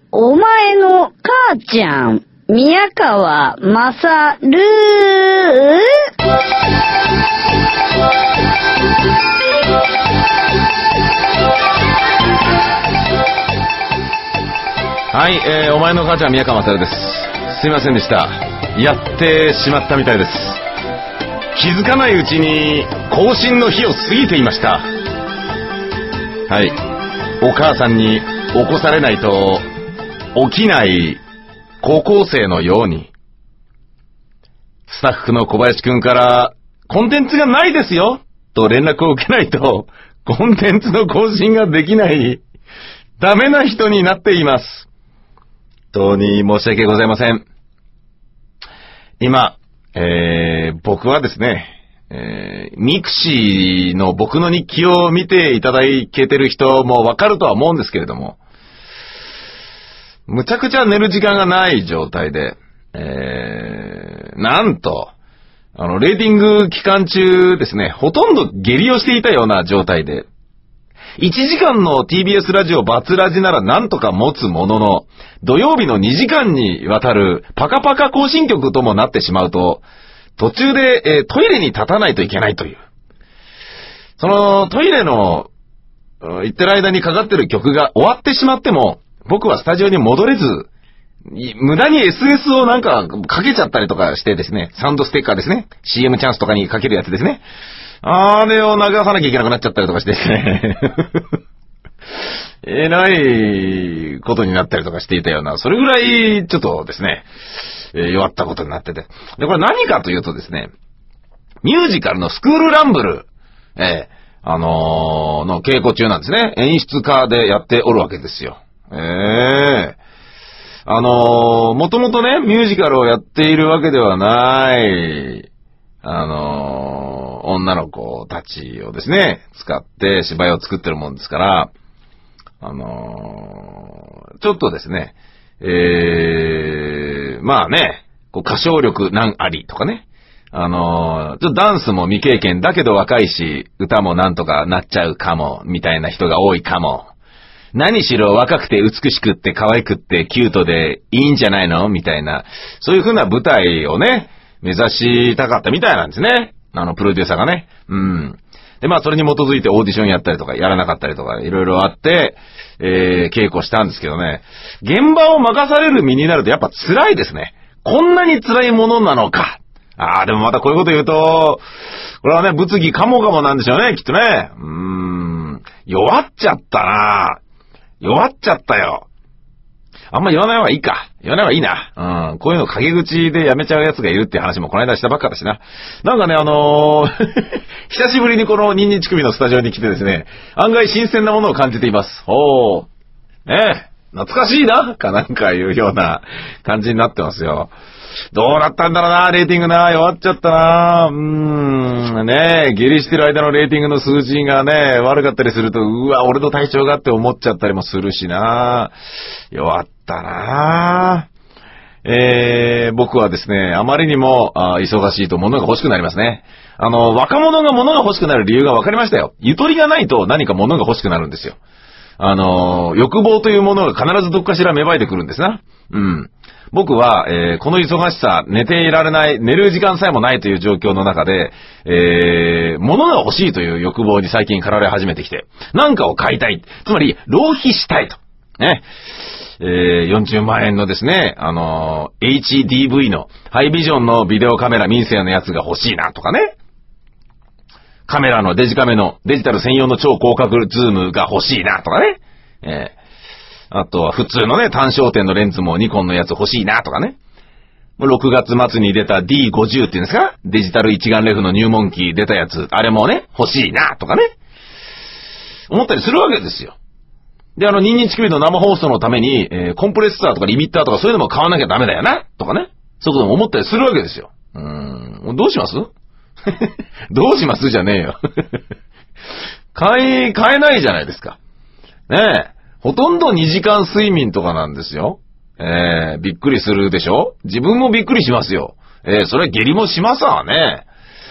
お前の母ちゃん、宮川まさる。 はい、お前の母ちゃん宮川まさるです。すいませんでした。やってしまったみたいです。気づかないうちに更新の日を過ぎていました。はい、お母さんに起こされないと起きない高校生のように、スタッフの小林くんからコンテンツがないですよと連絡を受けないとコンテンツの更新ができないダメな人になっています。本当に申し訳ございません。今、僕はですね、ミクシーの僕の日記を見ていただけてる人もわかるとは思うんですけれども、むちゃくちゃ寝る時間がない状態で、なんと、レーティング期間中ですね、ほとんど下痢をしていたような状態で、1時間の TBS ラジオバツラジならなんとか持つものの、土曜日の2時間にわたるパカパカ更新曲ともなってしまうと、途中で、トイレに立たないといけないという。そのトイレの行ってる間にかかってる曲が終わってしまっても、僕はスタジオに戻れず、無駄に SS をなんかかけちゃったりとかしてですね、サウンドステッカーですね、CM チャンスとかにかけるやつですね。あれを流さなきゃいけなくなっちゃったりとかしてですね。えらいことになったりとかしていたような、それぐらいちょっとですね、弱ったことになってて。で、これ何かというとですね、ミュージカルのスクールランブル、の稽古中なんですね。演出家でやっておるわけですよ。もともとね、ミュージカルをやっているわけではない、女の子たちをですね、使って芝居を作ってるもんですから、ちょっとですね、まあね、こう歌唱力なんありとかね、ちょっとダンスも未経験だけど若いし、歌もなんとかなっちゃうかも、みたいな人が多いかも。何しろ若くて美しくって可愛くってキュートでいいんじゃないのみたいな、そういう風な舞台をね、目指したかったみたいなんですね。プロデューサーがね。で、まあそれに基づいてオーディションやったりとか、やらなかったりとか、いろいろあって、稽古したんですけどね。現場を任される身になるとやっぱ辛いですね。こんなに辛いものなのか。でもまたこういうこと言うと、これはね、物議かもなんでしょうね、きっとね。弱っちゃったな。弱っちゃったよ。あんま言わない方がいいか。言わない方がいいな。こういうの陰口でやめちゃう奴がいるって話もこの間したばっかだしな。なんかね、久しぶりにこのニンニンチ首のスタジオに来てですね、案外新鮮なものを感じています。懐かしいな、かなんかいうような感じになってますよ。どうなったんだろうな、レーティングな、弱っちゃったな。ねえ、下痢してる間のレーティングの数字がね、悪かったりすると、うわ、俺の体調がって思っちゃったりもするしな。弱ったな。僕はですね、あまりにも忙しいと物が欲しくなりますね。若者が物が欲しくなる理由が分かりましたよ。ゆとりがないと何か物が欲しくなるんですよ。欲望というものが必ずどっかしら芽生えてくるんですな。僕は、この忙しさ、寝ていられない、寝る時間さえもないという状況の中で、物が欲しいという欲望に最近駆られ始めてきて、何かを買いたい。つまり、浪費したいと。ね。40万円のですね、HDV の、ハイビジョンのビデオカメラ民生のやつが欲しいなとかね。カメラのデジカメのデジタル専用の超広角ズームが欲しいなとかね。あとは普通のね、単焦点のレンズもニコンのやつ欲しいなとかね。6月末に出た D50 っていうんですか？デジタル一眼レフの入門機出たやつ、あれもね、欲しいなとかね。思ったりするわけですよ。で、ニンニンチキビの生放送のために、コンプレッサーとかリミッターとかそういうのも買わなきゃダメだよなとかね。そういうことも思ったりするわけですよ。どうしますどうしますじゃねえよ。買えないじゃないですか。ねえ。ほとんど2時間睡眠とかなんですよ。びっくりするでしょ？自分もびっくりしますよ。それは下痢もしますわね。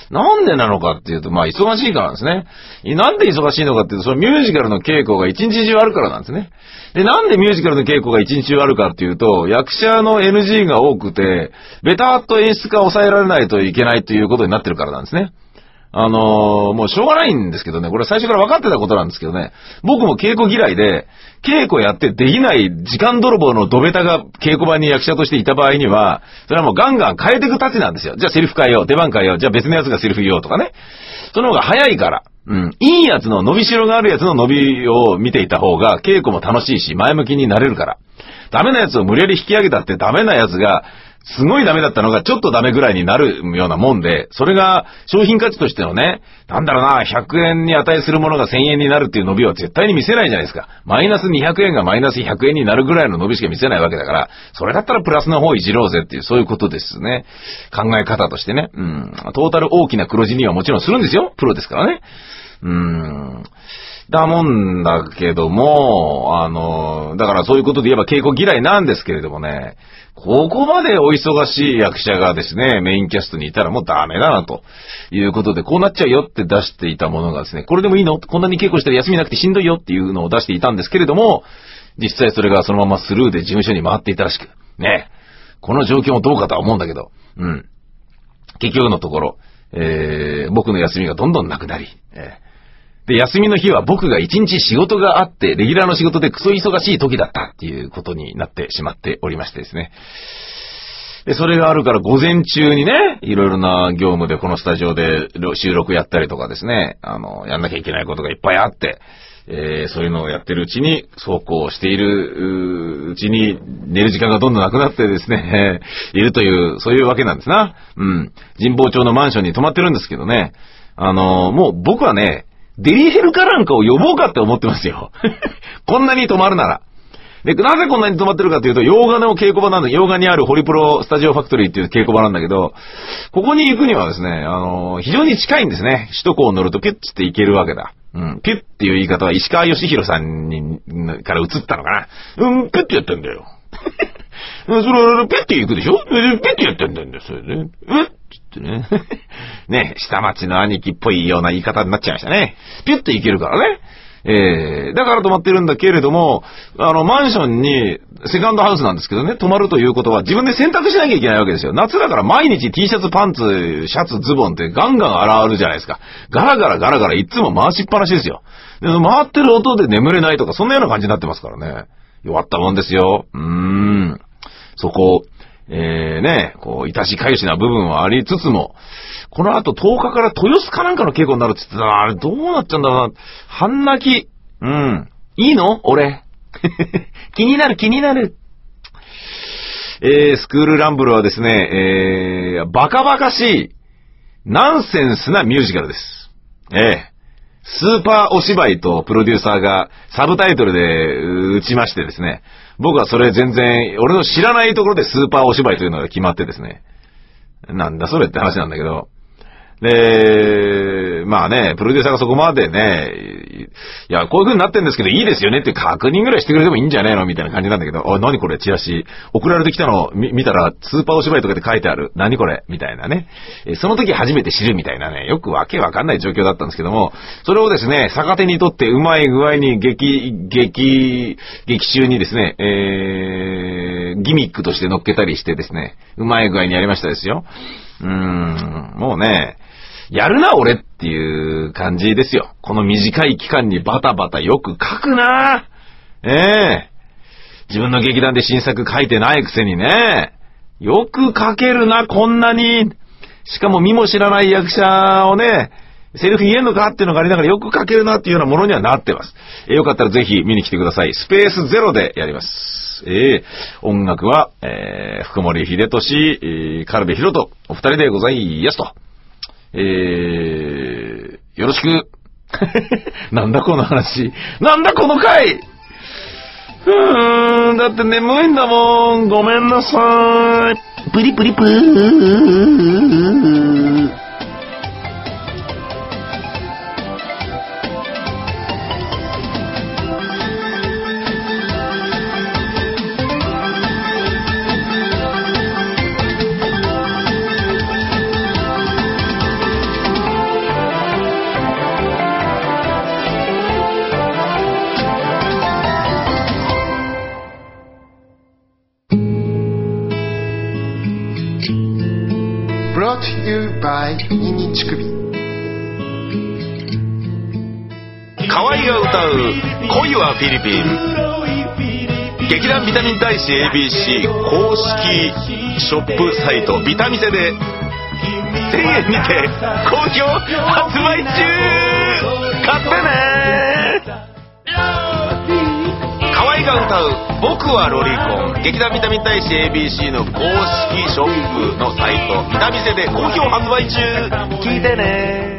なんでなのかっていうと、まあ忙しいからなんですね。なんで忙しいのかっていうと、そのミュージカルの稽古が一日中あるからなんですね。で、なんでミュージカルの稽古が一日中あるかっていうと、役者の NG が多くて、ベターっと演出家を抑えられないといけないということになってるからなんですね。もうしょうがないんですけどね、これ最初から分かってたことなんですけどね、僕も稽古嫌いで、稽古やってできない時間泥棒のドベタが稽古場に役者としていた場合には、それはもうガンガン変えていくたちなんですよ。じゃあセリフ変えよう、出番変えよう、じゃあ別のやつがセリフ言おうとかね。その方が早いから。いいやつの伸びしろがあるやつの伸びを見ていた方が稽古も楽しいし前向きになれるから。ダメなやつを無理やり引き上げたってダメなやつが、すごいダメだったのがちょっとダメぐらいになるようなもんで、それが商品価値としてのね、なんだろうな、100円に値するものが1000円になるっていう伸びは絶対に見せないじゃないですか。マイナス200円がマイナス100円になるぐらいの伸びしか見せないわけだから、それだったらプラスの方いじろうぜっていう、そういうことですね。考え方としてね。トータル大きな黒字にはもちろんするんですよ。プロですからね。だもんだけども、だからそういうことで言えば稽古嫌いなんですけれどもね、ここまでお忙しい役者がですね、メインキャストにいたらもうダメだなということで、こうなっちゃうよって出していたものがですね、これでもいいの？こんなに稽古したら休みなくてしんどいよっていうのを出していたんですけれども、実際それがそのままスルーで事務所に回っていたらしく、ね、この状況もどうかとは思うんだけど、結局のところ、僕の休みがどんどんなくなり、で、休みの日は僕が一日仕事があって、レギュラーの仕事でクソ忙しい時だったっていうことになってしまっておりましてですね。で、それがあるから午前中にね、いろいろな業務でこのスタジオで収録やったりとかですね、やんなきゃいけないことがいっぱいあって、そういうのをやってるうちに、そうこうしているうちに寝る時間がどんどんなくなってですね、いるという、そういうわけなんですな。神保町のマンションに泊まってるんですけどね、もう僕はね、デリヘルかなんかを呼ぼうかって思ってますよ。こんなに泊まるなら。で、なぜこんなに泊まってるかというと、洋画の稽古場なんだ。洋画にあるホリプロスタジオファクトリーっていう稽古場なんだけど、ここに行くにはですね、非常に近いんですね。首都高を乗るとピュッつって行けるわけだ。ピュッっていう言い方は石川義弘さんから移ったのかな。ピュッてやってんだよ。それはピュッて行くでしょ？ピュッてやってんだよ、それね。ね。ね、下町の兄貴っぽいような言い方になっちゃいましたね。ピュッといけるからね。だから泊まってるんだけれども、マンションに、セカンドハウスなんですけどね、泊まるということは自分で選択しなきゃいけないわけですよ。夏だから毎日 T シャツ、パンツ、シャツ、ズボンってガンガン洗うじゃないですか。ガラガラガラガラいつも回しっぱなしですよ。で、回ってる音で眠れないとか、そんなような感じになってますからね。弱ったもんですよ。そこ、こう、いたしかゆしな部分はありつつも、この後10日から豊洲かなんかの稽古になるって言ってたら、あれどうなっちゃうんだろうな。半泣き。いいの？俺。気になる。スクールランブルはですね、バカバカしい、ナンセンスなミュージカルです。スーパーお芝居とプロデューサーがサブタイトルで打ちましてですね、僕はそれ全然、俺の知らないところでスーパーお芝居というのが決まってですね、なんだそれって話なんだけど、で、まあね、プロデューサーがそこまでね、いや、こういう風になってんですけどいいですよねって確認ぐらいしてくれてもいいんじゃないのみたいな感じなんだけど、あ、何これチラシ、送られてきたのを見たら、スーパーお芝居とかで書いてある。何これみたいなね。その時初めて知るみたいなね、よくわけわかんない状況だったんですけども、それをですね、逆手にとってうまい具合に劇中にですね、ギミックとして乗っけたりしてですね、うまい具合にやりましたですよ。もうね、やるな俺っていう感じですよ。この短い期間にバタバタよく書くな。自分の劇団で新作書いてないくせにね、よく書けるな、こんなに。しかも見も知らない役者をね、セリフ言えんのかっていうのがありながらよく書けるなっていうようなものにはなってます。よかったらぜひ見に来てください。スペースゼロでやります。音楽は、福森秀俊、軽部博人、お二人でございますと。よろしく。なんだこの話。なんだこの回。だって眠いんだもん。ごめんなさい。プリプリプー。 brought to you by ニンニン乳首。 河合が歌う恋はフィリピン。劇団ビタミン大使 ABC 公式ショップサイトビタミセで1000円にて好評発売中。買ってね。河合が歌う僕はロリコン、劇団ビタミン大使 ABC の公式ショップのサイトビタミセで好評発売中。聞いてね。